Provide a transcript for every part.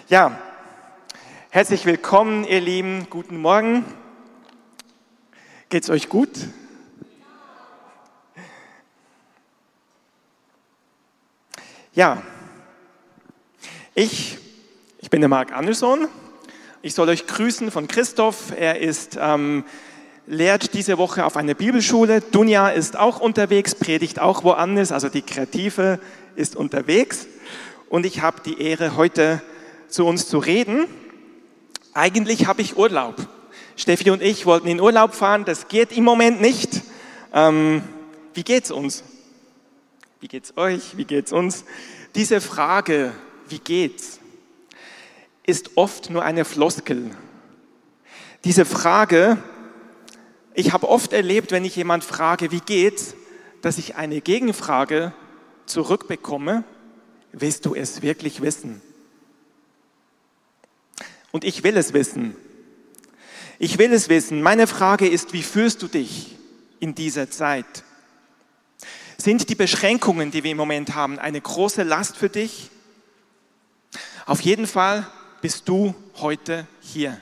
Ja, herzlich willkommen, ihr Lieben. Guten Morgen. Geht's euch gut? Ja, ich bin der Marc Anderson. Ich soll euch grüßen von Christoph. Er lehrt diese Woche auf einer Bibelschule. Dunja ist auch unterwegs, predigt auch woanders. Also die Kreative ist unterwegs. Und ich habe die Ehre, heute zu uns zu reden. Eigentlich habe ich Urlaub. Steffi und ich wollten in Urlaub fahren. Das geht im Moment nicht. Wie geht's uns? Wie geht's euch? Wie geht's uns? Diese Frage, wie geht's, ist oft nur eine Floskel. Diese Frage, ich habe oft erlebt, wenn ich jemand frage, wie geht's, dass ich eine Gegenfrage zurückbekomme: Willst du es wirklich wissen? Und ich will es wissen. Ich will es wissen. Meine Frage ist, wie fühlst du dich in dieser Zeit? Sind die Beschränkungen, die wir im Moment haben, eine große Last für dich? Auf jeden Fall bist du heute hier.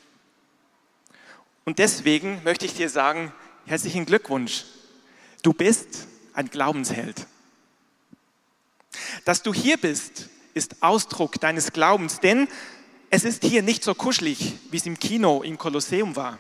Und deswegen möchte ich dir sagen, herzlichen Glückwunsch. Du bist ein Glaubensheld. Dass du hier bist, ist Ausdruck deines Glaubens, denn es ist hier nicht so kuschelig, wie es im Kino im Kolosseum war.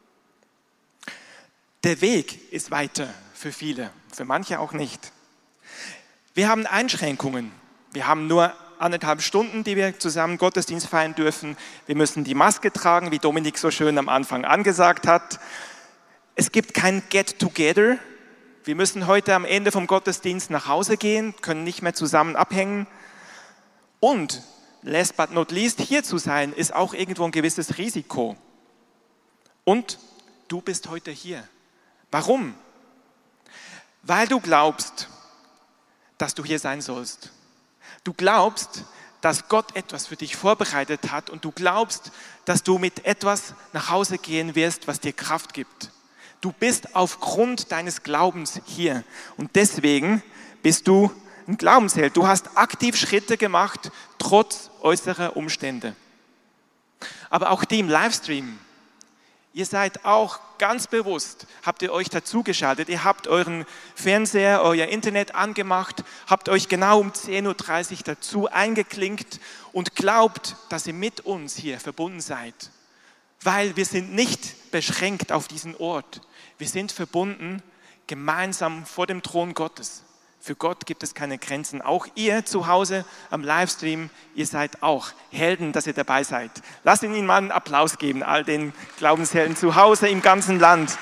Der Weg ist weiter für viele, für manche auch nicht. Wir haben Einschränkungen. Wir haben nur 1,5 Stunden, die wir zusammen Gottesdienst feiern dürfen. Wir müssen die Maske tragen, wie Dominik so schön am Anfang angesagt hat. Es gibt kein Get-Together. Wir müssen heute am Ende vom Gottesdienst nach Hause gehen, können nicht mehr zusammen abhängen. Und last but not least, hier zu sein, ist auch irgendwo ein gewisses Risiko. Und du bist heute hier. Warum? Weil du glaubst, dass du hier sein sollst. Du glaubst, dass Gott etwas für dich vorbereitet hat und du glaubst, dass du mit etwas nach Hause gehen wirst, was dir Kraft gibt. Du bist aufgrund deines Glaubens hier und deswegen bist du ein Glaubensheld. Du hast aktiv Schritte gemacht, trotz äußerer Umstände. Aber auch die im Livestream, ihr seid auch ganz bewusst, habt ihr euch dazugeschaltet, ihr habt euren Fernseher, euer Internet angemacht, habt euch genau um 10.30 Uhr dazu eingeklinkt und glaubt, dass ihr mit uns hier verbunden seid. Weil wir sind nicht beschränkt auf diesen Ort, wir sind verbunden gemeinsam vor dem Thron Gottes. Für Gott gibt es keine Grenzen. Auch ihr zu Hause am Livestream, ihr seid auch Helden, dass ihr dabei seid. Lasst Ihnen mal einen Applaus geben, all den Glaubenshelden zu Hause im ganzen Land.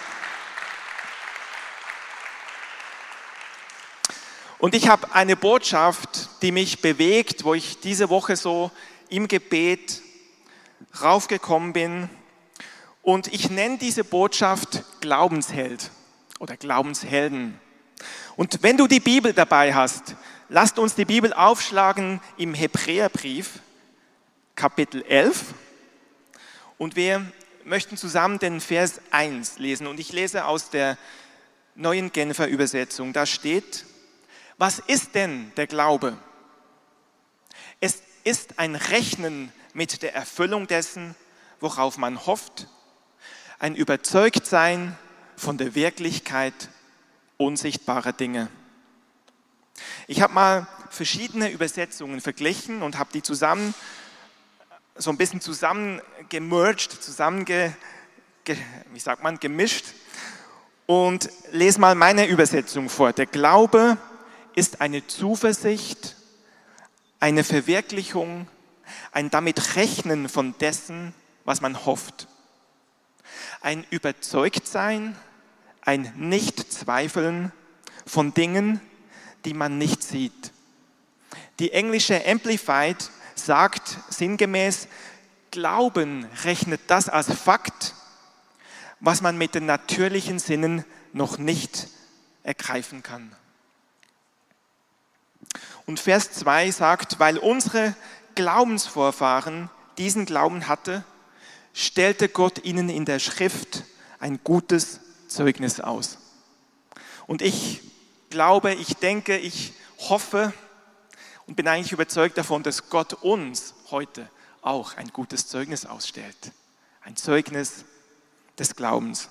Und ich habe eine Botschaft, die mich bewegt, wo ich diese Woche so im Gebet raufgekommen bin. Und ich nenne diese Botschaft Glaubensheld oder Glaubenshelden. Und wenn du die Bibel dabei hast, lasst uns die Bibel aufschlagen im Hebräerbrief, Kapitel 11. Und wir möchten zusammen den Vers 1 lesen. Und ich lese aus der Neuen Genfer Übersetzung. Da steht: Was ist denn der Glaube? Es ist ein Rechnen mit der Erfüllung dessen, worauf man hofft, ein Überzeugtsein von der Wirklichkeit unsichtbarer Dinge. Ich habe mal verschiedene Übersetzungen verglichen und habe die zusammen so ein bisschen gemischt und lese mal meine Übersetzung vor. Der Glaube ist eine Zuversicht, eine Verwirklichung, ein damit Rechnen von dessen, was man hofft. Ein Überzeugtsein, ein Nicht-Zweifeln von Dingen, die man nicht sieht. Die englische Amplified sagt sinngemäß: Glauben rechnet das als Fakt, was man mit den natürlichen Sinnen noch nicht ergreifen kann. Und Vers 2 sagt: Weil unsere Glaubensvorfahren diesen Glauben hatten, stellte Gott ihnen in der Schrift ein gutes Zeugnis aus. Und ich glaube, ich denke, ich hoffe und bin eigentlich überzeugt davon, dass Gott uns heute auch ein gutes Zeugnis ausstellt. Ein Zeugnis des Glaubens.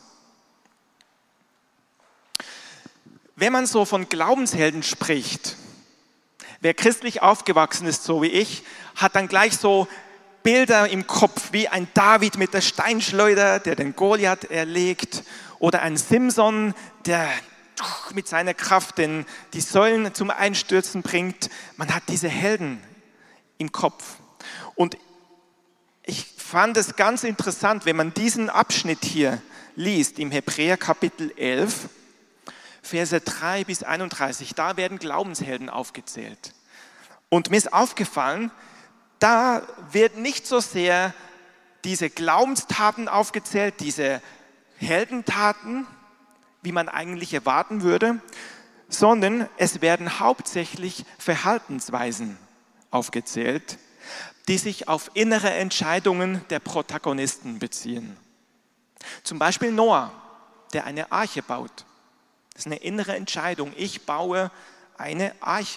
Wenn man so von Glaubenshelden spricht, wer christlich aufgewachsen ist, so wie ich, hat dann gleich so Bilder im Kopf, wie ein David mit der Steinschleuder, der den Goliath erlegt, oder ein Simson, der mit seiner Kraft die Säulen zum Einstürzen bringt. Man hat diese Helden im Kopf. Und ich fand es ganz interessant, wenn man diesen Abschnitt hier liest, im Hebräer Kapitel 11, Verse 3 bis 31, da werden Glaubenshelden aufgezählt. Und mir ist aufgefallen, da wird nicht so sehr diese Glaubenstaten aufgezählt, diese Heldentaten, wie man eigentlich erwarten würde, sondern es werden hauptsächlich Verhaltensweisen aufgezählt, die sich auf innere Entscheidungen der Protagonisten beziehen. Zum Beispiel Noah, der eine Arche baut. Das ist eine innere Entscheidung. Ich baue eine Arche.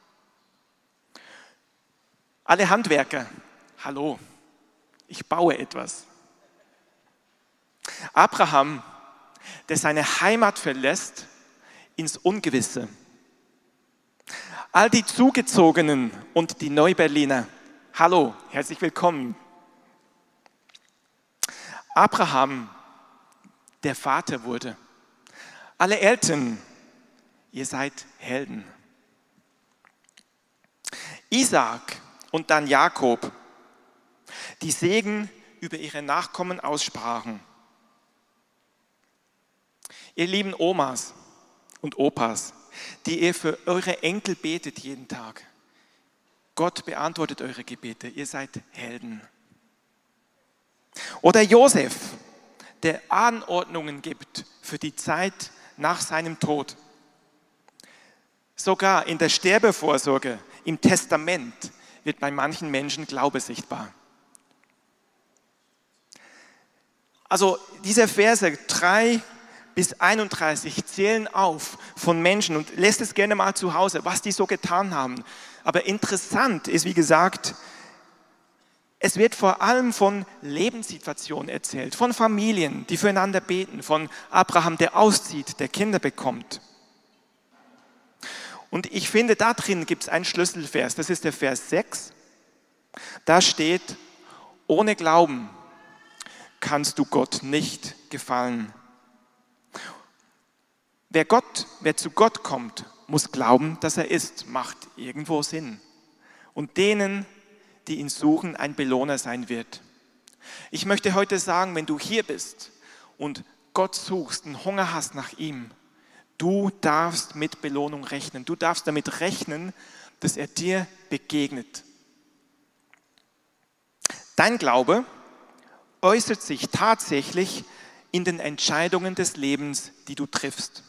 Alle Handwerker, hallo, ich baue etwas. Abraham, der seine Heimat verlässt ins Ungewisse. All die Zugezogenen und die Neuberliner, hallo, herzlich willkommen. Abraham, der Vater wurde. Alle Eltern, ihr seid Helden. Isaak und dann Jakob, die Segen über ihre Nachkommen aussprachen. Ihr lieben Omas und Opas, die ihr für eure Enkel betet jeden Tag. Gott beantwortet eure Gebete, ihr seid Helden. Oder Josef, der Anordnungen gibt für die Zeit nach seinem Tod. Sogar in der Sterbevorsorge, im Testament, wird bei manchen Menschen Glaube sichtbar. Also diese Verse 3 bis 31 zählen auf von Menschen und lässt es gerne mal zu Hause, was die so getan haben. Aber interessant ist, wie gesagt, es wird vor allem von Lebenssituationen erzählt, von Familien, die füreinander beten, von Abraham, der auszieht, der Kinder bekommt. Und ich finde, da drin gibt es einen Schlüsselvers, das ist der Vers 6. Da steht, ohne Glauben kannst du Gott nicht gefallen. Wer zu Gott kommt, muss glauben, dass er ist, macht irgendwo Sinn. Und denen, die ihn suchen, ein Belohner sein wird. Ich möchte heute sagen, wenn du hier bist und Gott suchst und Hunger hast nach ihm, du darfst mit Belohnung rechnen. Du darfst damit rechnen, dass er dir begegnet. Dein Glaube äußert sich tatsächlich in den Entscheidungen des Lebens, die du triffst.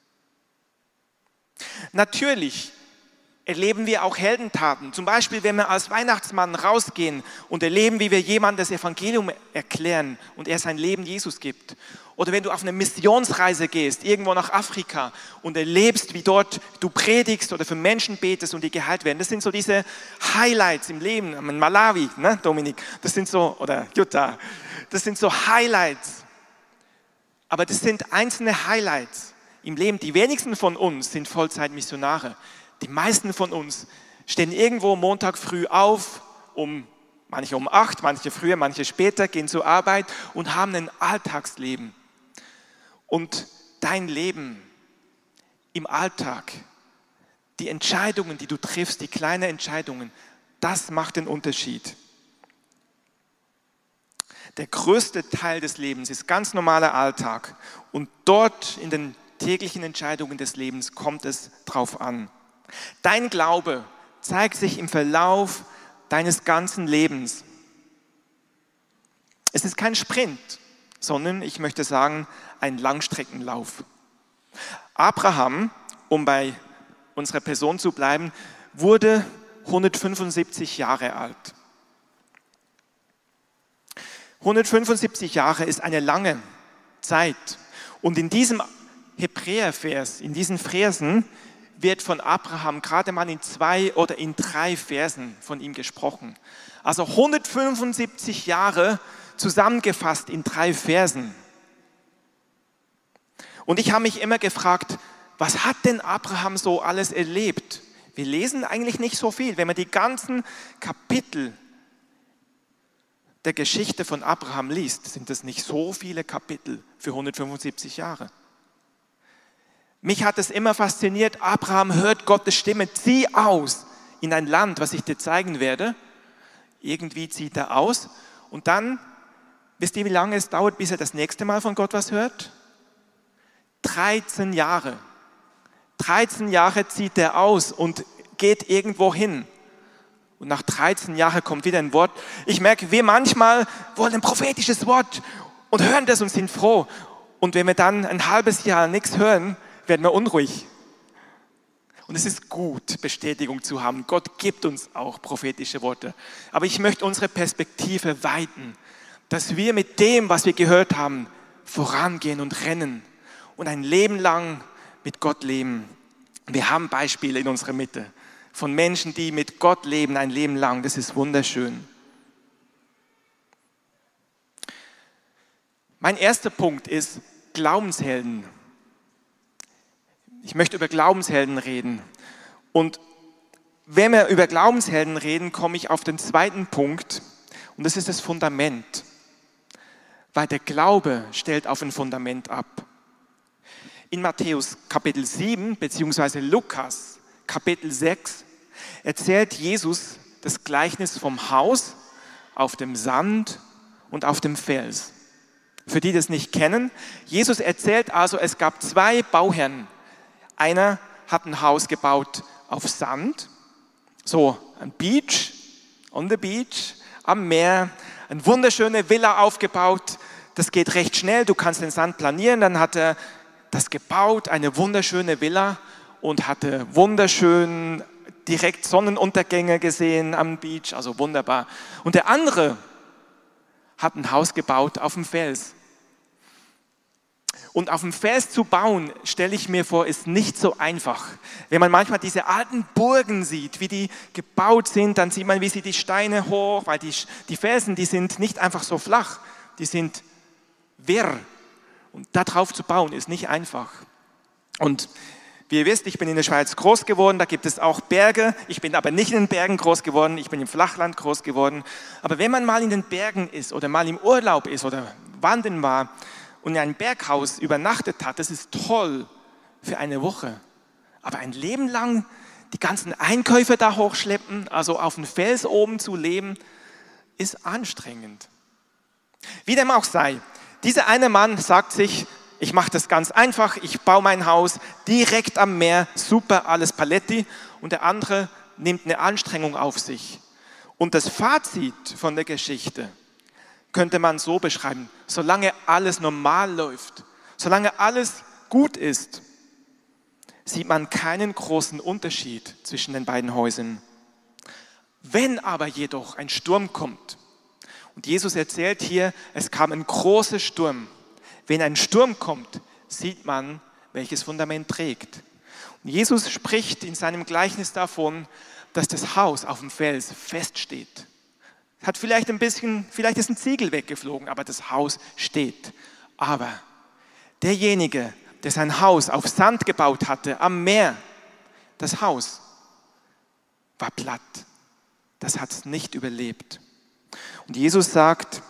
Natürlich erleben wir auch Heldentaten. Zum Beispiel, wenn wir als Weihnachtsmann rausgehen und erleben, wie wir jemandem das Evangelium erklären und er sein Leben Jesus gibt. Oder wenn du auf eine Missionsreise gehst, irgendwo nach Afrika und erlebst, wie dort du predigst oder für Menschen betest und die geheilt werden. Das sind so diese Highlights im Leben. In Malawi, ne, Dominik? Das sind so, oder Jutta, das sind so Highlights. Aber das sind einzelne Highlights im Leben. Die wenigsten von uns sind Vollzeitmissionare. Die meisten von uns stehen irgendwo Montag früh auf, manche um 8, manche früher, manche später, gehen zur Arbeit und haben ein Alltagsleben. Und dein Leben im Alltag, die Entscheidungen, die du triffst, die kleinen Entscheidungen, das macht den Unterschied. Der größte Teil des Lebens ist ganz normaler Alltag und dort in den täglichen Entscheidungen des Lebens kommt es drauf an. Dein Glaube zeigt sich im Verlauf deines ganzen Lebens. Es ist kein Sprint, sondern ich möchte sagen, ein Langstreckenlauf. Abraham, um bei unserer Person zu bleiben, wurde 175 Jahre alt. 175 Jahre ist eine lange Zeit. Und in diesem Hebräervers, in diesen Versen, wird von Abraham gerade mal in 2 oder in 3 Versen von ihm gesprochen. Also 175 Jahre zusammengefasst in 3 Versen. Und ich habe mich immer gefragt, was hat denn Abraham so alles erlebt? Wir lesen eigentlich nicht so viel. Wenn man die ganzen Kapitel der Geschichte von Abraham liest, sind das nicht so viele Kapitel für 175 Jahre. Mich hat es immer fasziniert, Abraham hört Gottes Stimme, zieh aus in ein Land, was ich dir zeigen werde. Irgendwie zieht er aus und dann, wisst ihr, wie lange es dauert, bis er das nächste Mal von Gott was hört? 13 Jahre. 13 Jahre zieht er aus und geht irgendwo hin. Und nach 13 Jahren kommt wieder ein Wort. Ich merke, wir manchmal wollen ein prophetisches Wort und hören das und sind froh. Und wenn wir dann ein halbes Jahr nichts hören, werden wir unruhig. Und es ist gut, Bestätigung zu haben. Gott gibt uns auch prophetische Worte. Aber ich möchte unsere Perspektive weiten, dass wir mit dem, was wir gehört haben, vorangehen und rennen und ein Leben lang mit Gott leben. Wir haben Beispiele in unserer Mitte von Menschen, die mit Gott leben, ein Leben lang. Das ist wunderschön. Mein erster Punkt ist Glaubenshelden. Ich möchte über Glaubenshelden reden. Und wenn wir über Glaubenshelden reden, komme ich auf den zweiten Punkt. Und das ist das Fundament. Weil der Glaube stellt auf ein Fundament ab. In Matthäus Kapitel 7 beziehungsweise Lukas Kapitel 6 erzählt Jesus das Gleichnis vom Haus auf dem Sand und auf dem Fels. Für die, die das nicht kennen, Jesus erzählt also, es gab 2 Bauherren. Einer hat ein Haus gebaut auf Sand, so ein Beach, on the beach, am Meer, eine wunderschöne Villa aufgebaut. Das geht recht schnell, du kannst den Sand planieren. Dann hat er das gebaut, eine wunderschöne Villa und hatte wunderschön direkt Sonnenuntergänge gesehen am Beach, also wunderbar. Und der andere hat ein Haus gebaut auf dem Fels. Und auf dem Fels zu bauen, stelle ich mir vor, ist nicht so einfach. Wenn man manchmal diese alten Burgen sieht, wie die gebaut sind, dann sieht man, wie sie die Steine hoch, weil die Felsen, die sind nicht einfach so flach, die sind wirr. Und da drauf zu bauen, ist nicht einfach. Und wie ihr wisst, ich bin in der Schweiz groß geworden, da gibt es auch Berge. Ich bin aber nicht in den Bergen groß geworden, ich bin im Flachland groß geworden. Aber wenn man mal in den Bergen ist oder mal im Urlaub ist oder wandern war und in einem Berghaus übernachtet hat, das ist toll für eine Woche. Aber ein Leben lang die ganzen Einkäufe da hochschleppen, also auf dem Fels oben zu leben, ist anstrengend. Wie dem auch sei, dieser eine Mann sagt sich, ich mache das ganz einfach, ich baue mein Haus direkt am Meer, super, alles Paletti. Und der andere nimmt eine Anstrengung auf sich. Und das Fazit von der Geschichte könnte man so beschreiben: Solange alles normal läuft, solange alles gut ist, sieht man keinen großen Unterschied zwischen den beiden Häusern. Wenn aber jedoch ein Sturm kommt, und Jesus erzählt hier, es kam ein großer Sturm. Wenn ein Sturm kommt, sieht man, welches Fundament trägt. Und Jesus spricht in seinem Gleichnis davon, dass das Haus auf dem Fels feststeht. Hat vielleicht ist ein Ziegel weggeflogen, aber das Haus steht. Aber derjenige, der sein Haus auf Sand gebaut hatte, am Meer, das Haus war platt. Das hat es nicht überlebt. Und Jesus sagt,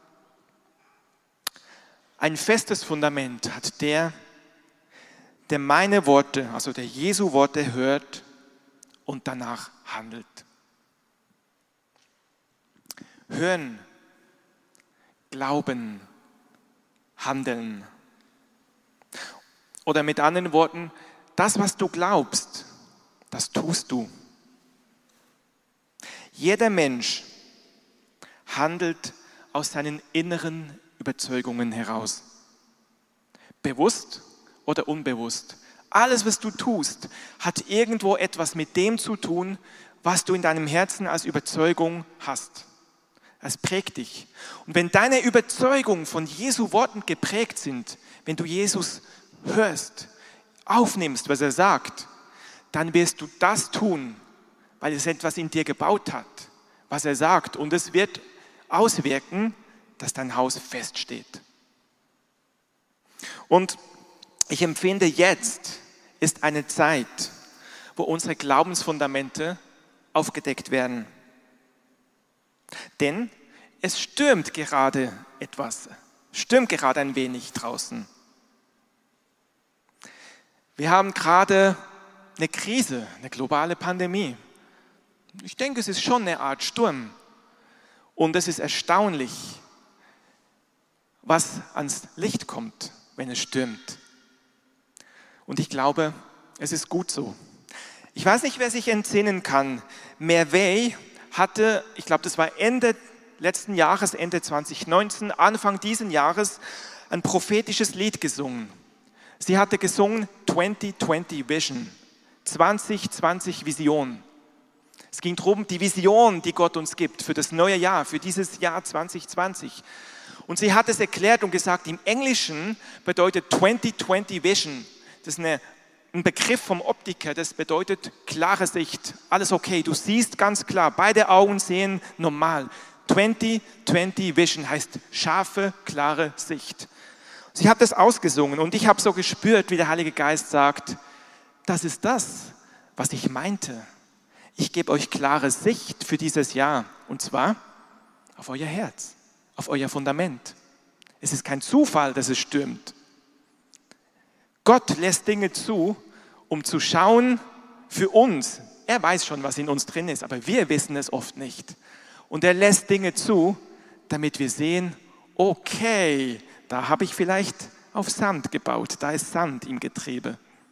ein festes Fundament hat der meine Worte, also der Jesu Worte hört und danach handelt. Hören, glauben, handeln. Oder mit anderen Worten, das, was du glaubst, das tust du. Jeder Mensch handelt aus seinen inneren Überzeugungen heraus. Bewusst oder unbewusst. Alles, was du tust, hat irgendwo etwas mit dem zu tun, was du in deinem Herzen als Überzeugung hast. Es prägt dich. Und wenn deine Überzeugungen von Jesu Worten geprägt sind, wenn du Jesus hörst, aufnimmst, was er sagt, dann wirst du das tun, weil es etwas in dir gebaut hat, was er sagt. Und es wird auswirken, dass dein Haus feststeht. Und ich empfinde, jetzt ist eine Zeit, wo unsere Glaubensfundamente aufgedeckt werden. Denn es stürmt gerade etwas, stürmt gerade ein wenig draußen. Wir haben gerade eine Krise, eine globale Pandemie. Ich denke, es ist schon eine Art Sturm. Und es ist erstaunlich, was ans Licht kommt, wenn es stürmt. Und ich glaube, es ist gut so. Ich weiß nicht, wer sich entsinnen kann. Mervey hatte, ich glaube, das war Ende letzten Jahres, Ende 2019, Anfang diesen Jahres, ein prophetisches Lied gesungen. Sie hatte gesungen 2020 Vision, 2020 Vision. Es ging darum, die Vision, die Gott uns gibt für das neue Jahr, für dieses Jahr 2020. Und sie hat es erklärt und gesagt, im Englischen bedeutet 2020 Vision, das ist ein Begriff vom Optiker, das bedeutet klare Sicht, alles okay, du siehst ganz klar, beide Augen sehen normal. 2020 Vision heißt scharfe, klare Sicht. Sie hat das ausgesungen und ich habe so gespürt, wie der Heilige Geist sagt, das ist das, was ich meinte. Ich gebe euch klare Sicht für dieses Jahr und zwar auf euer Herz, auf euer Fundament. Es ist kein Zufall, dass es stürmt. Gott lässt Dinge zu, um zu schauen für uns. Er weiß schon, was in uns drin ist, aber wir wissen es oft nicht. Und er lässt Dinge zu, damit wir sehen, okay, da habe ich vielleicht auf Sand gebaut, da ist Sand im Getriebe.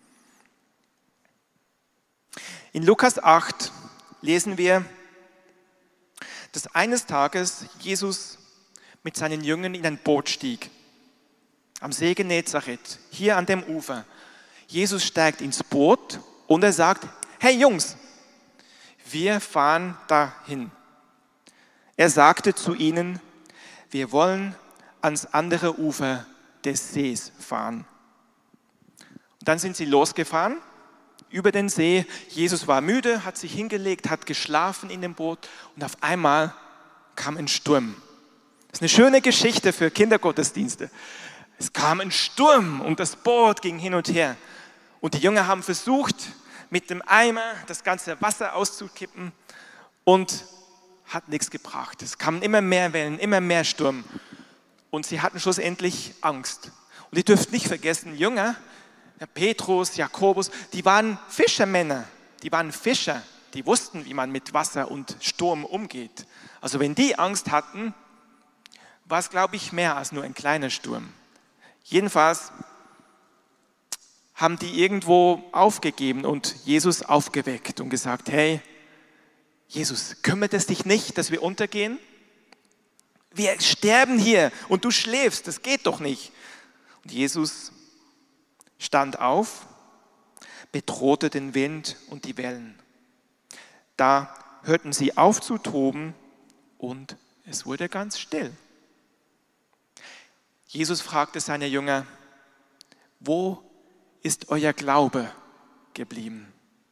In Lukas 8 lesen wir, dass eines Tages Jesus mit seinen Jüngern in ein Boot stieg, am See Genezareth, hier an dem Ufer. Jesus steigt ins Boot und er sagt, hey Jungs, wir fahren dahin. Er sagte zu ihnen, wir wollen ans andere Ufer des Sees fahren. Und dann sind sie losgefahren über den See. Jesus war müde, hat sich hingelegt, hat geschlafen in dem Boot und auf einmal kam ein Sturm. Das ist eine schöne Geschichte für Kindergottesdienste. Es kam ein Sturm und das Boot ging hin und her. Und die Jünger haben versucht, mit dem Eimer das ganze Wasser auszukippen und hat nichts gebracht. Es kamen immer mehr Wellen, immer mehr Sturm. Und sie hatten schlussendlich Angst. Und ihr dürft nicht vergessen, Jünger, Petrus, Jakobus, die waren Fischermänner, die waren Fischer, die wussten, wie man mit Wasser und Sturm umgeht. Also wenn die Angst hatten, war es, glaube ich, mehr als nur ein kleiner Sturm. Jedenfalls haben die irgendwo aufgegeben und Jesus aufgeweckt und gesagt, hey, Jesus, kümmert es dich nicht, dass wir untergehen? Wir sterben hier und du schläfst, das geht doch nicht. Und Jesus stand auf, bedrohte den Wind und die Wellen. Da hörten sie auf zu toben und es wurde ganz still. Jesus fragte seine Jünger, wo ist euer Glaube geblieben?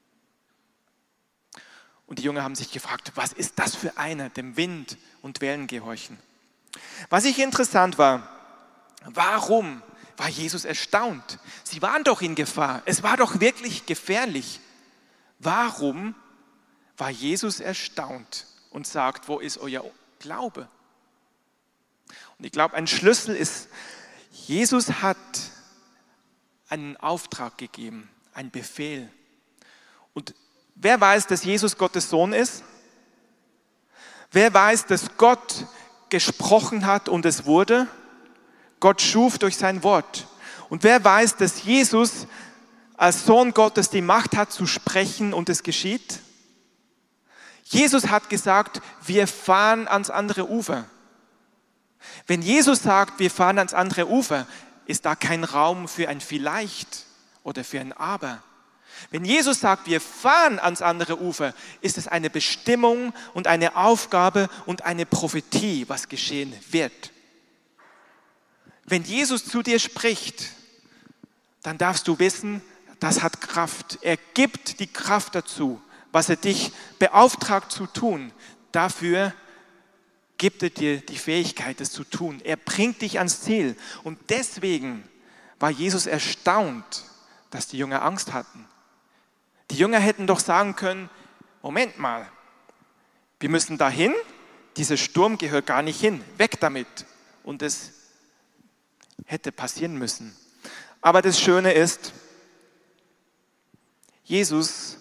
Und die Jünger haben sich gefragt, was ist das für einer, dem Wind und Wellen gehorchen? Was ich interessant war, warum war Jesus erstaunt? Sie waren doch in Gefahr, es war doch wirklich gefährlich. Warum war Jesus erstaunt und sagt, wo ist euer Glaube? Und ich glaube, ein Schlüssel ist, Jesus hat einen Auftrag gegeben, einen Befehl. Und wer weiß, dass Jesus Gottes Sohn ist? Wer weiß, dass Gott gesprochen hat und es wurde? Gott schuf durch sein Wort. Und wer weiß, dass Jesus als Sohn Gottes die Macht hat zu sprechen und es geschieht? Jesus hat gesagt, wir fahren ans andere Ufer. Wenn Jesus sagt, wir fahren ans andere Ufer, ist da kein Raum für ein Vielleicht oder für ein Aber. Wenn Jesus sagt, wir fahren ans andere Ufer, ist es eine Bestimmung und eine Aufgabe und eine Prophetie, was geschehen wird. Wenn Jesus zu dir spricht, dann darfst du wissen, das hat Kraft. Er gibt die Kraft dazu, was er dich beauftragt zu tun. Dafür gibt er dir die Fähigkeit, das zu tun. Er bringt dich ans Ziel. Und deswegen war Jesus erstaunt, dass die Jünger Angst hatten. Die Jünger hätten doch sagen können, Moment mal, wir müssen dahin, dieser Sturm gehört gar nicht hin, weg damit. Und es hätte passieren müssen. Aber das Schöne ist, Jesus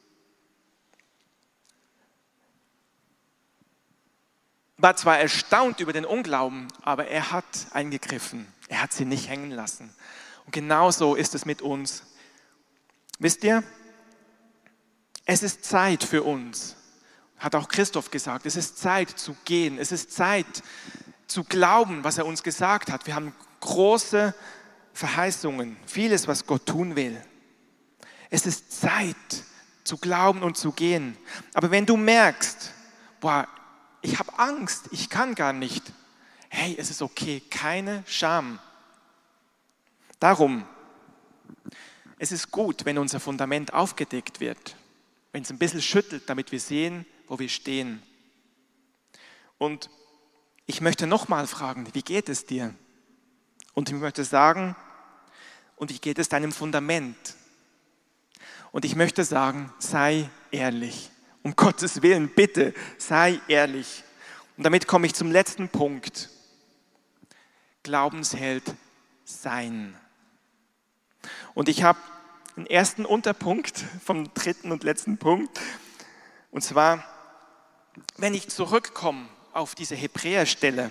war zwar erstaunt über den Unglauben, aber er hat eingegriffen. Er hat sie nicht hängen lassen. Und genauso ist es mit uns. Wisst ihr, es ist Zeit für uns, hat auch Christoph gesagt, es ist Zeit zu gehen, es ist Zeit zu glauben, was er uns gesagt hat. Wir haben große Verheißungen, vieles, was Gott tun will. Es ist Zeit zu glauben und zu gehen. Aber wenn du merkst, boah, ich habe Angst, ich kann gar nicht. Hey, es ist okay, keine Scham. Darum, es ist gut, wenn unser Fundament aufgedeckt wird, wenn es ein bisschen schüttelt, damit wir sehen, wo wir stehen. Und ich möchte nochmal fragen, wie geht es dir? Und ich möchte sagen, und wie geht es deinem Fundament? Und ich möchte sagen, sei ehrlich. Um Gottes Willen, bitte, sei ehrlich. Und damit komme ich zum letzten Punkt. Glaubensheld sein. Und ich habe einen ersten Unterpunkt vom dritten und letzten Punkt. Und zwar, wenn ich zurückkomme auf diese Hebräerstelle,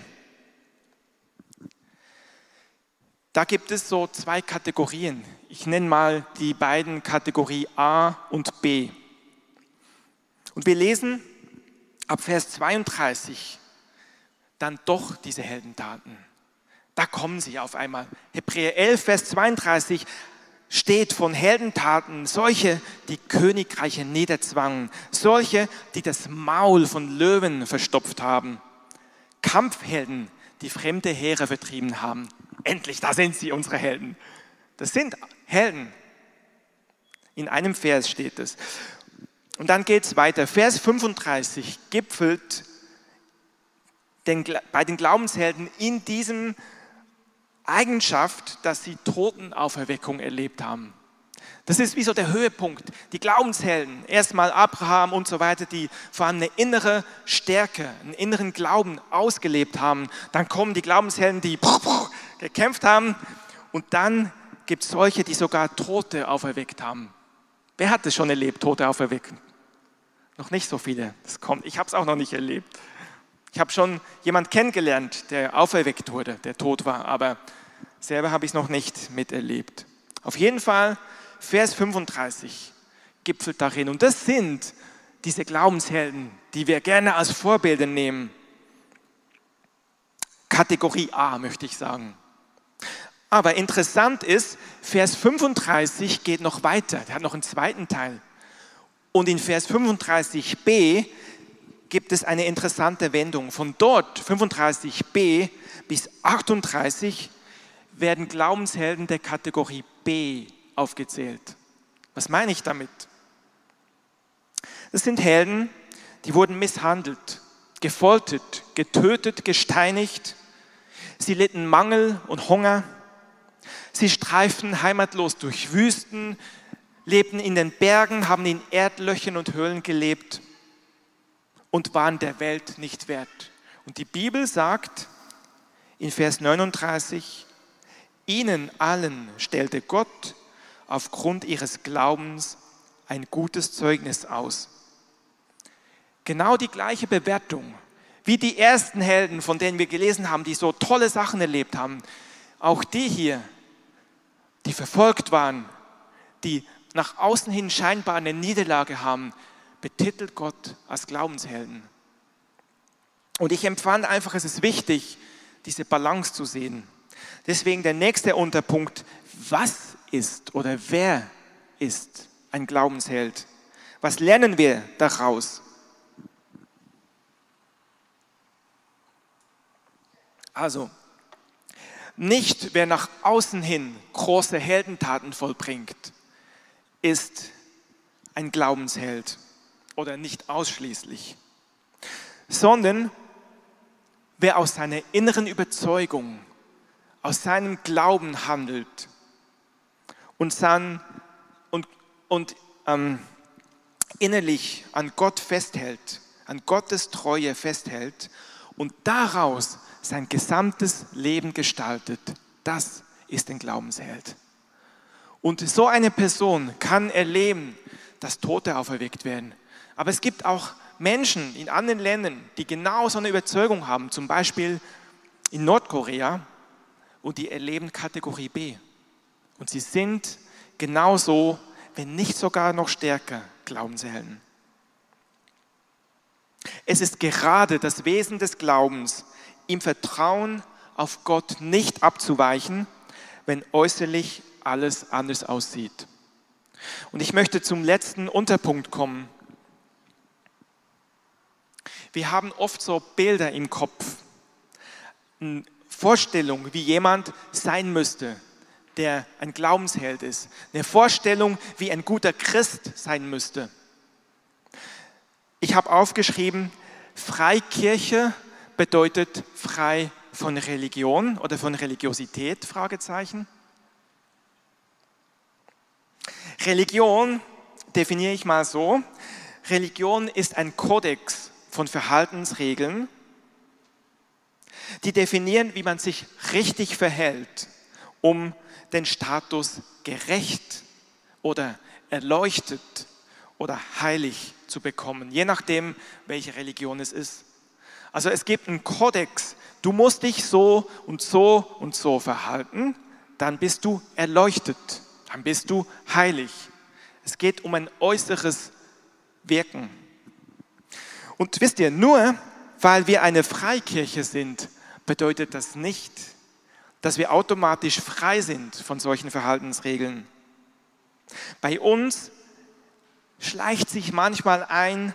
da gibt es so zwei Kategorien. Ich nenne mal die beiden Kategorie A und B. Und wir lesen ab Vers 32 dann doch diese Heldentaten. Da kommen sie auf einmal. Hebräer 11, Vers 32 steht von Heldentaten, solche, die Königreiche niederzwangen, solche, die das Maul von Löwen verstopft haben, Kampfhelden, die fremde Heere vertrieben haben. Endlich, da sind sie, unsere Helden. Das sind Helden. In einem Vers steht es. Und dann geht es weiter. Vers 35 gipfelt bei den Glaubenshelden in diesem Eigenschaft, dass sie Totenauferweckung erlebt haben. Das ist wie so der Höhepunkt. Die Glaubenshelden, erstmal Abraham und so weiter, die vor allem eine innere Stärke, einen inneren Glauben ausgelebt haben. Dann kommen die Glaubenshelden, die gekämpft haben. Und dann gibt es solche, die sogar Tote auferweckt haben. Wer hat es schon erlebt, Tote auferwecken? Noch nicht so viele. Das kommt. Ich habe es auch noch nicht erlebt. Ich habe schon jemanden kennengelernt, der auferweckt wurde, der tot war, aber selber habe ich es noch nicht miterlebt. Auf jeden Fall, Vers 35 gipfelt darin. Und das sind diese Glaubenshelden, die wir gerne als Vorbilder nehmen. Kategorie A, möchte ich sagen. Aber interessant ist, Vers 35 geht noch weiter. Der hat noch einen zweiten Teil. Und in Vers 35b gibt es eine interessante Wendung. Von dort, 35b bis 38, werden Glaubenshelden der Kategorie B aufgezählt. Was meine ich damit? Das sind Helden, die wurden misshandelt, gefoltert, getötet, gesteinigt. Sie litten Mangel und Hunger. Sie streiften heimatlos durch Wüsten, lebten in den Bergen, haben in Erdlöchern und Höhlen gelebt und waren der Welt nicht wert. Und die Bibel sagt in Vers 39, ihnen allen stellte Gott aufgrund ihres Glaubens ein gutes Zeugnis aus. Genau die gleiche Bewertung wie die ersten Helden, von denen wir gelesen haben, die so tolle Sachen erlebt haben. Auch die hier, die verfolgt waren, die nach außen hin scheinbar eine Niederlage haben, betitelt Gott als Glaubenshelden. Und ich empfand einfach, es ist wichtig, diese Balance zu sehen. Deswegen der nächste Unterpunkt, was ist oder wer ist ein Glaubensheld? Was lernen wir daraus? Also, nicht wer nach außen hin große Heldentaten vollbringt, ist ein Glaubensheld oder nicht ausschließlich, sondern wer aus seiner inneren Überzeugung, aus seinem Glauben handelt und innerlich an Gott festhält, an Gottes Treue festhält und daraus sein gesamtes Leben gestaltet, das ist ein Glaubensheld. Und so eine Person kann erleben, dass Tote auferweckt werden. Aber es gibt auch Menschen in anderen Ländern, die genau so eine Überzeugung haben, zum Beispiel in Nordkorea, und die erleben Kategorie B. Und sie sind genauso, wenn nicht sogar noch stärker, Glaubenshelden. Es ist gerade das Wesen des Glaubens, im Vertrauen auf Gott nicht abzuweichen, wenn äußerlich alles anders aussieht. Und ich möchte zum letzten Unterpunkt kommen. Wir haben oft so Bilder im Kopf, eine Vorstellung, wie jemand sein müsste, der ein Glaubensheld ist. Eine Vorstellung, wie ein guter Christ sein müsste. Ich habe aufgeschrieben, Freikirche bedeutet frei von Religion oder von Religiosität, Fragezeichen. Religion definiere ich mal so. Religion ist ein Kodex von Verhaltensregeln, die definieren, wie man sich richtig verhält, um den Status gerecht oder erleuchtet oder heilig zu bekommen, je nachdem, welche Religion es ist. Also es gibt einen Kodex, du musst dich so und so und so verhalten, dann bist du erleuchtet, dann bist du heilig. Es geht um ein äußeres Wirken. Und wisst ihr, nur weil wir eine Freikirche sind, bedeutet das nicht, dass wir automatisch frei sind von solchen Verhaltensregeln. Bei uns schleicht sich manchmal ein,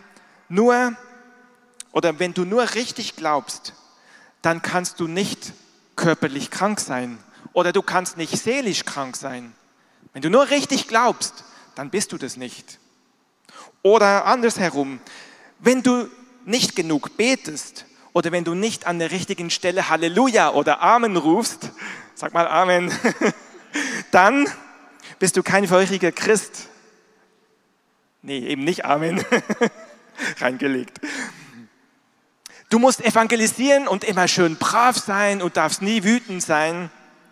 wenn du nur richtig glaubst, dann kannst du nicht körperlich krank sein oder du kannst nicht seelisch krank sein. Wenn du nur richtig glaubst, dann bist du das nicht. Oder andersherum, wenn du nicht genug betest oder wenn du nicht an der richtigen Stelle Halleluja oder Amen rufst, sag mal Amen, dann bist du kein feuriger Christ. Nee, eben nicht Amen, reingelegt. Du musst evangelisieren und immer schön brav sein und darfst nie wütend sein.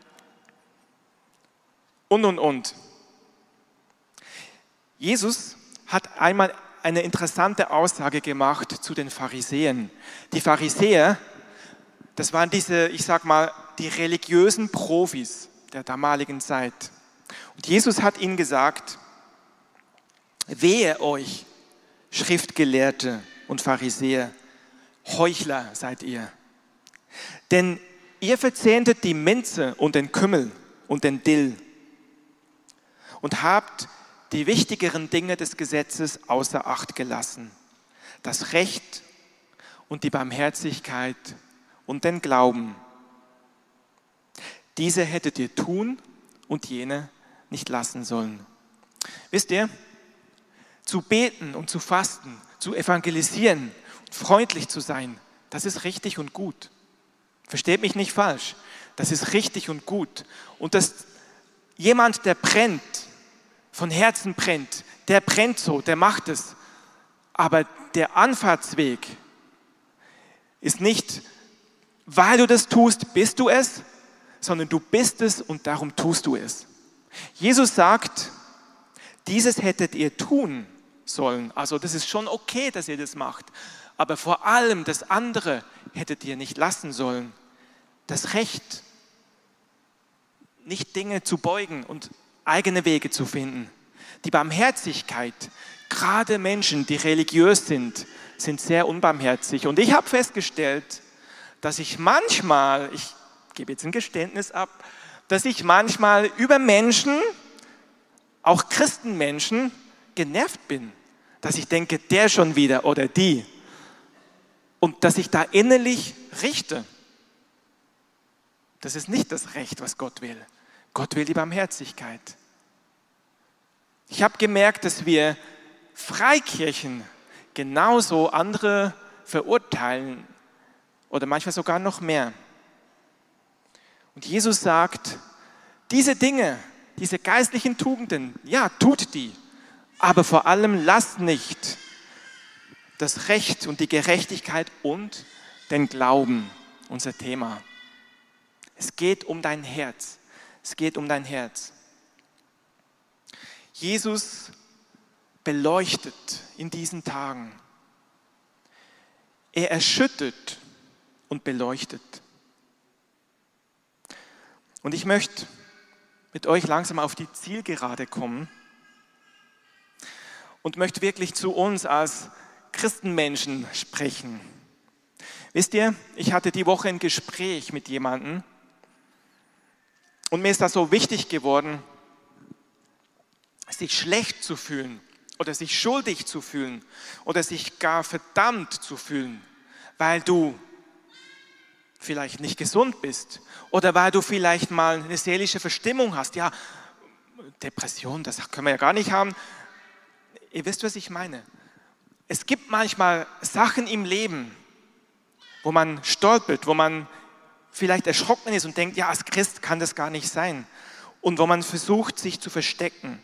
Und. Jesus hat einmal eine interessante Aussage gemacht zu den Pharisäern. Die Pharisäer, das waren diese, ich sag mal, die religiösen Profis der damaligen Zeit. Und Jesus hat ihnen gesagt, wehe euch, Schriftgelehrte und Pharisäer, Heuchler seid ihr. Denn ihr verzehntet die Minze und den Kümmel und den Dill und habt die wichtigeren Dinge des Gesetzes außer Acht gelassen. Das Recht und die Barmherzigkeit und den Glauben. Diese hättet ihr tun und jene nicht lassen sollen. Wisst ihr, zu beten und zu fasten, zu evangelisieren, freundlich zu sein, das ist richtig und gut. Versteht mich nicht falsch. Das ist richtig und gut. Und dass jemand, der brennt, von Herzen brennt, der brennt so, der macht es. Aber der Anfahrtsweg ist nicht, weil du das tust, bist du es, sondern du bist es und darum tust du es. Jesus sagt, dieses hättet ihr tun sollen. Also das ist schon okay, dass ihr das macht. Aber vor allem das andere hättet ihr nicht lassen sollen. Das Recht, nicht Dinge zu beugen und eigene Wege zu finden. Die Barmherzigkeit, gerade Menschen, die religiös sind sehr unbarmherzig. Und ich habe festgestellt, dass ich manchmal, ich gebe jetzt ein Geständnis ab, dass ich manchmal über Menschen, auch Christenmenschen, genervt bin. Dass ich denke, der schon wieder oder die. Und dass ich da innerlich richte. Das ist nicht das Recht, was Gott will. Gott will die Barmherzigkeit. Ich habe gemerkt, dass wir Freikirchen genauso andere verurteilen oder manchmal sogar noch mehr. Und Jesus sagt, diese Dinge, diese geistlichen Tugenden, ja, tut die, aber vor allem lasst nicht das Recht und die Gerechtigkeit und den Glauben, unser Thema. Es geht um dein Herz. Es geht um dein Herz. Jesus beleuchtet in diesen Tagen. Er erschüttert und beleuchtet. Und ich möchte mit euch langsam auf die Zielgerade kommen und möchte wirklich zu uns als Christenmenschen sprechen. Wisst ihr, ich hatte die Woche ein Gespräch mit jemandem und mir ist das so wichtig geworden, sich schlecht zu fühlen oder sich schuldig zu fühlen oder sich gar verdammt zu fühlen, weil du vielleicht nicht gesund bist oder weil du vielleicht mal eine seelische Verstimmung hast. Ja, Depression, das können wir ja gar nicht haben. Ihr wisst, was ich meine. Es gibt manchmal Sachen im Leben, wo man stolpert, wo man vielleicht erschrocken ist und denkt, ja, als Christ kann das gar nicht sein. Und wo man versucht, sich zu verstecken.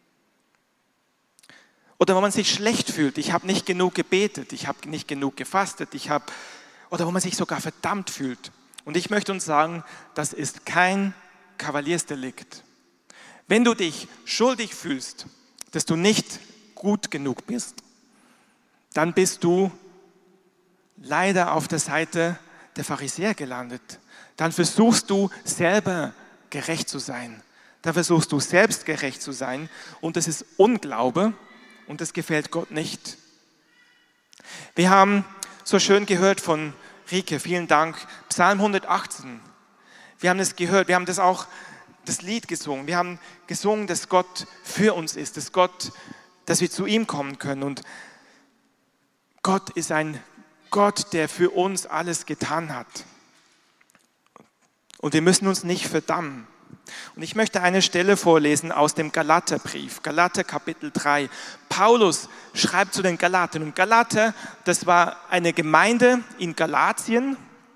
Oder wo man sich schlecht fühlt, ich habe nicht genug gebetet, ich habe nicht genug gefastet, oder wo man sich sogar verdammt fühlt. Und ich möchte uns sagen, das ist kein Kavaliersdelikt. Wenn du dich schuldig fühlst, dass du nicht gut genug bist, dann bist du leider auf der Seite der Pharisäer gelandet. Dann versuchst du selber gerecht zu sein. Dann versuchst du selbst gerecht zu sein und das ist Unglaube und das gefällt Gott nicht. Wir haben so schön gehört von Rike, vielen Dank, Psalm 118. Wir haben es gehört, wir haben das auch, das Lied gesungen. Wir haben gesungen, dass Gott für uns ist, dass wir zu ihm kommen können. Und Gott ist ein Gott, der für uns alles getan hat. Und wir müssen uns nicht verdammen. Und ich möchte eine Stelle vorlesen aus dem Galaterbrief, Galater Kapitel 3. Paulus schreibt zu den Galatern. Und Galater, das war eine Gemeinde in Galatien,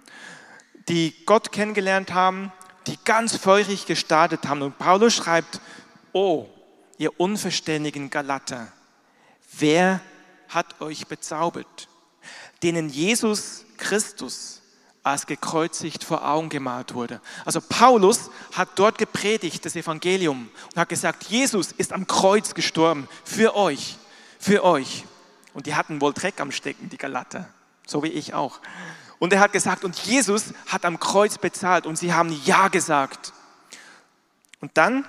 die Gott kennengelernt haben, die ganz feurig gestartet haben. Und Paulus schreibt, oh, ihr unverständigen Galater, wer hat euch bezaubert, denen Jesus Christus als gekreuzigt vor Augen gemalt wurde. Also Paulus hat dort gepredigt, das Evangelium, und hat gesagt, Jesus ist am Kreuz gestorben für euch, für euch. Und die hatten wohl Dreck am Stecken, die Galater, so wie ich auch. Und er hat gesagt, und Jesus hat am Kreuz bezahlt und sie haben Ja gesagt. Und dann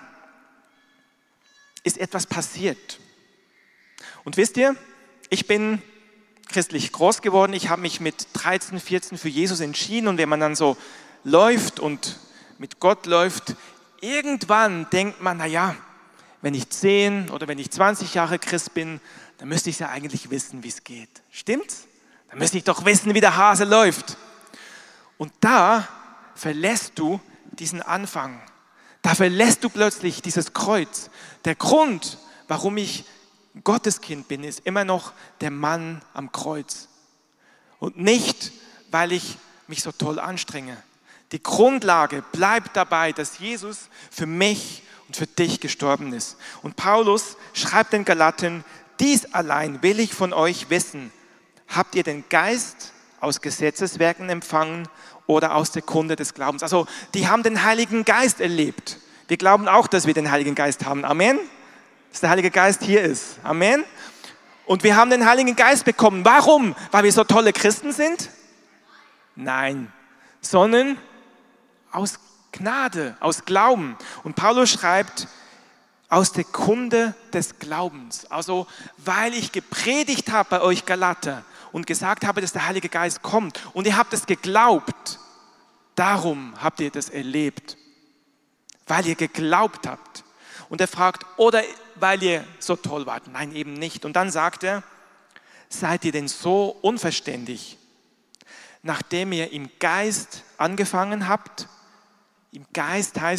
ist etwas passiert. Und wisst ihr, ich bin christlich groß geworden. Ich habe mich mit 13, 14 für Jesus entschieden und wenn man dann so läuft und mit Gott läuft, irgendwann denkt man, naja, wenn ich 10 oder wenn ich 20 Jahre Christ bin, dann müsste ich ja eigentlich wissen, wie es geht. Stimmt's? Dann müsste ich doch wissen, wie der Hase läuft. Und da verlässt du diesen Anfang. Da verlässt du plötzlich dieses Kreuz. Der Grund, warum ich Gotteskind bin, ist immer noch der Mann am Kreuz. Und nicht, weil ich mich so toll anstrenge. Die Grundlage bleibt dabei, dass Jesus für mich und für dich gestorben ist. Und Paulus schreibt den Galatern, dies allein will ich von euch wissen. Habt ihr den Geist aus Gesetzeswerken empfangen oder aus der Kunde des Glaubens? Also, die haben den Heiligen Geist erlebt. Wir glauben auch, dass wir den Heiligen Geist haben. Amen. Dass der Heilige Geist hier ist. Amen. Und wir haben den Heiligen Geist bekommen. Warum? Weil wir so tolle Christen sind? Nein. Sondern aus Gnade, aus Glauben. Und Paulus schreibt, aus der Kunde des Glaubens. Also, weil ich gepredigt habe bei euch Galater und gesagt habe, dass der Heilige Geist kommt und ihr habt es geglaubt, darum habt ihr das erlebt. Weil ihr geglaubt habt. Und er fragt, oder weil ihr so toll wart? Nein, eben nicht. Und dann sagt er, seid ihr denn so unverständig, nachdem ihr im Geist angefangen habt? Im Geist heißt,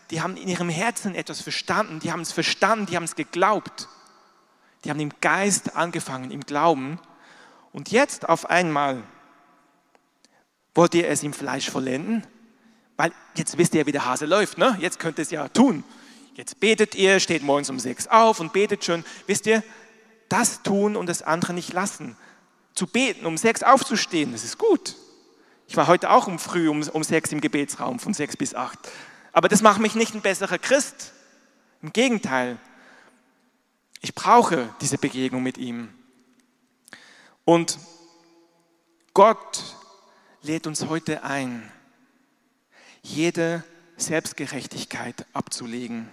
die haben in ihrem Herzen etwas verstanden, die haben es verstanden, die haben es geglaubt. Die haben im Geist angefangen, im Glauben. Und jetzt auf einmal wollt ihr es im Fleisch vollenden? Weil jetzt wisst ihr, wie der Hase läuft, ne? Jetzt könnt ihr es ja tun. Jetzt betet ihr, steht morgens um 6 auf und betet schon. Wisst ihr, das tun und das andere nicht lassen. Zu beten, um 6 aufzustehen, das ist gut. Ich war heute auch früh um 6 im Gebetsraum, von 6 bis 8. Aber das macht mich nicht ein besserer Christ. Im Gegenteil. Ich brauche diese Begegnung mit ihm. Und Gott lädt uns heute ein, jede Selbstgerechtigkeit abzulegen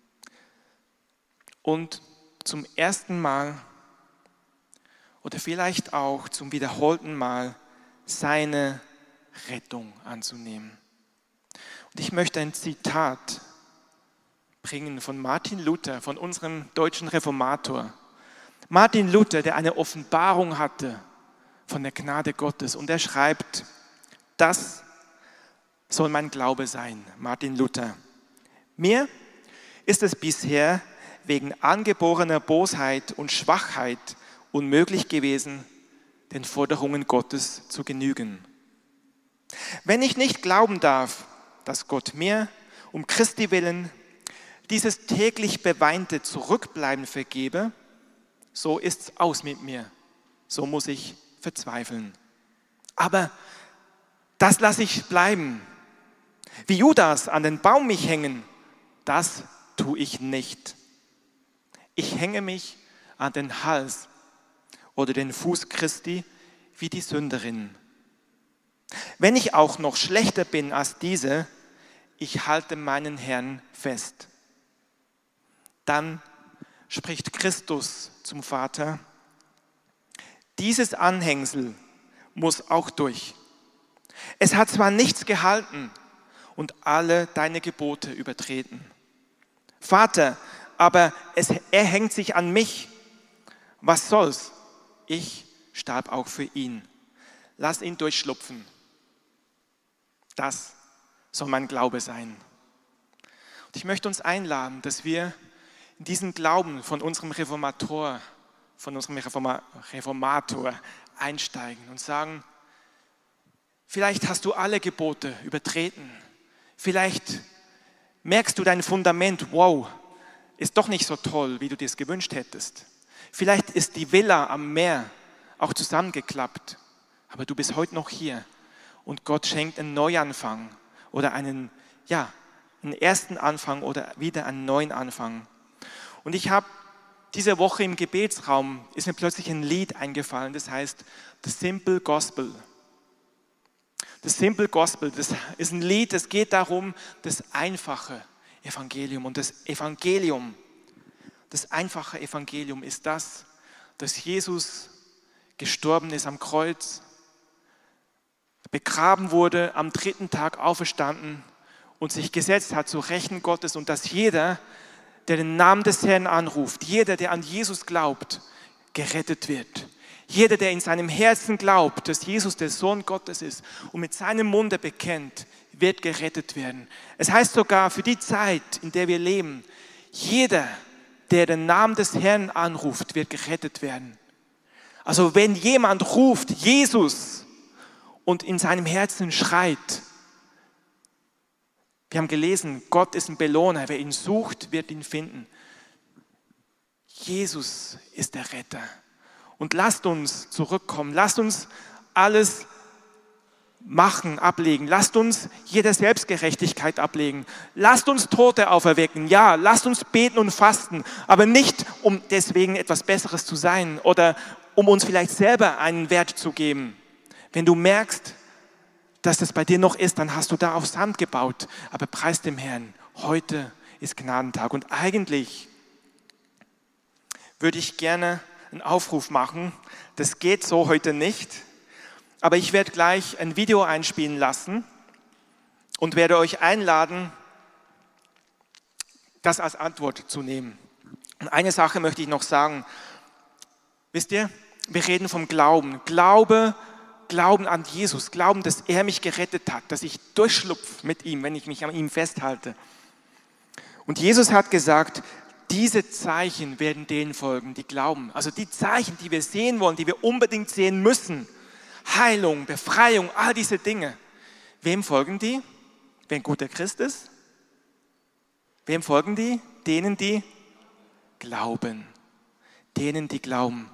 und zum ersten Mal oder vielleicht auch zum wiederholten Mal seine Rettung anzunehmen. Und ich möchte ein Zitat bringen von Martin Luther, von unserem deutschen Reformator. Martin Luther, der eine Offenbarung hatte von der Gnade Gottes. Und er schreibt, das soll mein Glaube sein, Martin Luther. Mir ist es bisher wegen angeborener Bosheit und Schwachheit unmöglich gewesen, den Forderungen Gottes zu genügen. Wenn ich nicht glauben darf, dass Gott mir um Christi willen dieses täglich beweinte Zurückbleiben vergebe, so ist's aus mit mir. So muss ich verzweifeln. Aber das lasse ich bleiben. Wie Judas an den Baum mich hängen, das tue ich nicht. Ich hänge mich an den Hals oder den Fuß Christi wie die Sünderin. Wenn ich auch noch schlechter bin als diese, ich halte meinen Herrn fest. Dann spricht Christus zum Vater, dieses Anhängsel muss auch durch. Es hat zwar nichts gehalten und alle deine Gebote übertreten. Vater, aber er hängt sich an mich. Was soll's? Ich starb auch für ihn. Lass ihn durchschlupfen. Das soll mein Glaube sein. Und ich möchte uns einladen, dass wir in diesen Glauben von unserem Reformator einsteigen und sagen, vielleicht hast du alle Gebote übertreten. Vielleicht merkst du dein Fundament, wow, ist doch nicht so toll, wie du dir es gewünscht hättest. Vielleicht ist die Villa am Meer auch zusammengeklappt, aber du bist heute noch hier und Gott schenkt einen Neuanfang oder einen ersten Anfang oder wieder einen neuen Anfang. Und ich habe diese Woche im Gebetsraum, ist mir plötzlich ein Lied eingefallen, das heißt The Simple Gospel. Das Simple Gospel, das ist ein Lied, das geht darum, das einfache Evangelium. Und das einfache Evangelium ist das, dass Jesus gestorben ist am Kreuz, begraben wurde, am 3. Tag auferstanden und sich gesetzt hat zu Rechten Gottes und dass jeder, der den Namen des Herrn anruft, jeder, der an Jesus glaubt, gerettet wird. Jeder, der in seinem Herzen glaubt, dass Jesus der Sohn Gottes ist und mit seinem Munde bekennt, wird gerettet werden. Es heißt sogar für die Zeit, in der wir leben, jeder, der den Namen des Herrn anruft, wird gerettet werden. Also wenn jemand ruft, Jesus, und in seinem Herzen schreit, wir haben gelesen, Gott ist ein Belohner, wer ihn sucht, wird ihn finden. Jesus ist der Retter. Und lasst uns zurückkommen, lasst uns alles machen, ablegen, lasst uns jede Selbstgerechtigkeit ablegen, lasst uns Tote auferwecken, ja, lasst uns beten und fasten, aber nicht, um deswegen etwas Besseres zu sein oder um uns vielleicht selber einen Wert zu geben. Wenn du merkst, dass das bei dir noch ist, dann hast du da auf Sand gebaut, aber preis dem Herrn, heute ist Gnadentag und eigentlich würde ich gerne einen Aufruf machen. Das geht so heute nicht, aber ich werde gleich ein Video einspielen lassen und werde euch einladen, das als Antwort zu nehmen. Und eine Sache möchte ich noch sagen. Wisst ihr, wir reden vom Glauben. Glauben an Jesus, Glauben, dass er mich gerettet hat, dass ich durchschlupfe mit ihm, wenn ich mich an ihm festhalte. Und Jesus hat gesagt, diese Zeichen werden denen folgen, die glauben. Also die Zeichen, die wir sehen wollen, die wir unbedingt sehen müssen. Heilung, Befreiung, all diese Dinge. Wem folgen die? Wer ein guter Christ ist? Wem folgen die? Denen, die glauben. Denen, die glauben.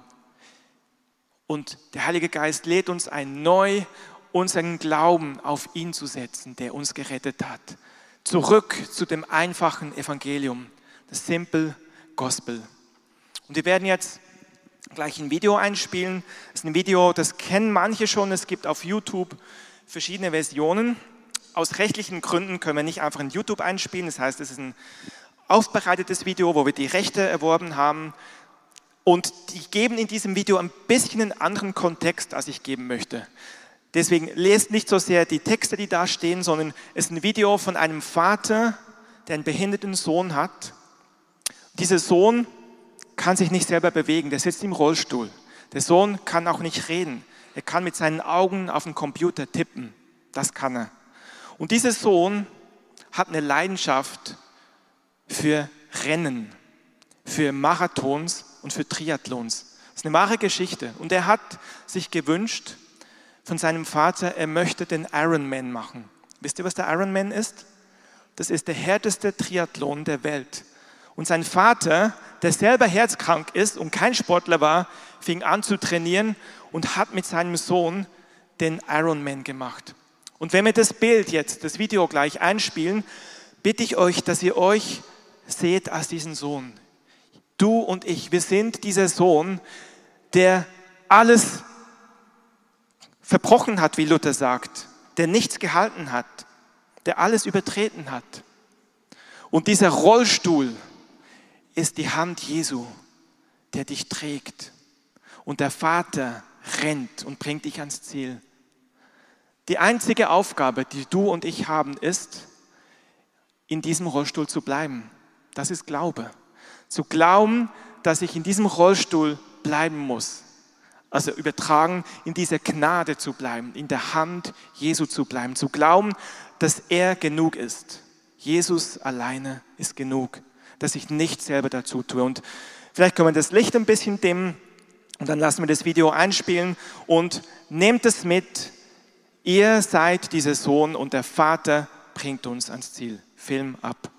Und der Heilige Geist lädt uns ein, neu unseren Glauben auf ihn zu setzen, der uns gerettet hat. Zurück zu dem einfachen Evangelium, das Simple Gospel. Und wir werden jetzt gleich ein Video einspielen. Das ist ein Video, das kennen manche schon. Es gibt auf YouTube verschiedene Versionen. Aus rechtlichen Gründen können wir nicht einfach in YouTube einspielen. Das heißt, es ist ein aufbereitetes Video, wo wir die Rechte erworben haben. Und die geben in diesem Video ein bisschen einen anderen Kontext, als ich geben möchte. Deswegen lest nicht so sehr die Texte, die da stehen, sondern es ist ein Video von einem Vater, der einen behinderten Sohn hat. Dieser Sohn kann sich nicht selber bewegen, der sitzt im Rollstuhl. Der Sohn kann auch nicht reden. Er kann mit seinen Augen auf den Computer tippen. Das kann er. Und dieser Sohn hat eine Leidenschaft für Rennen, für Marathons und für Triathlons. Das ist eine wahre Geschichte. Und er hat sich gewünscht von seinem Vater, er möchte den Ironman machen. Wisst ihr, was der Ironman ist? Das ist der härteste Triathlon der Welt. Und sein Vater, der selber herzkrank ist und kein Sportler war, fing an zu trainieren und hat mit seinem Sohn den Ironman gemacht. Und wenn wir das Bild jetzt, das Video gleich einspielen, bitte ich euch, dass ihr euch seht als diesen Sohn. Du und ich, wir sind dieser Sohn, der alles verbrochen hat, wie Luther sagt, der nichts gehalten hat, der alles übertreten hat. Und dieser Rollstuhl ist die Hand Jesu, der dich trägt. Und der Vater rennt und bringt dich ans Ziel. Die einzige Aufgabe, die du und ich haben, ist, in diesem Rollstuhl zu bleiben. Das ist Glaube. Zu glauben, dass ich in diesem Rollstuhl bleiben muss. Also übertragen, in dieser Gnade zu bleiben, in der Hand Jesu zu bleiben. Zu glauben, dass er genug ist. Jesus alleine ist genug. Dass ich nicht selber dazu tue. Und vielleicht können wir das Licht ein bisschen dimmen und dann lassen wir das Video einspielen und nehmt es mit. Ihr seid dieser Sohn und der Vater bringt uns ans Ziel. Film ab.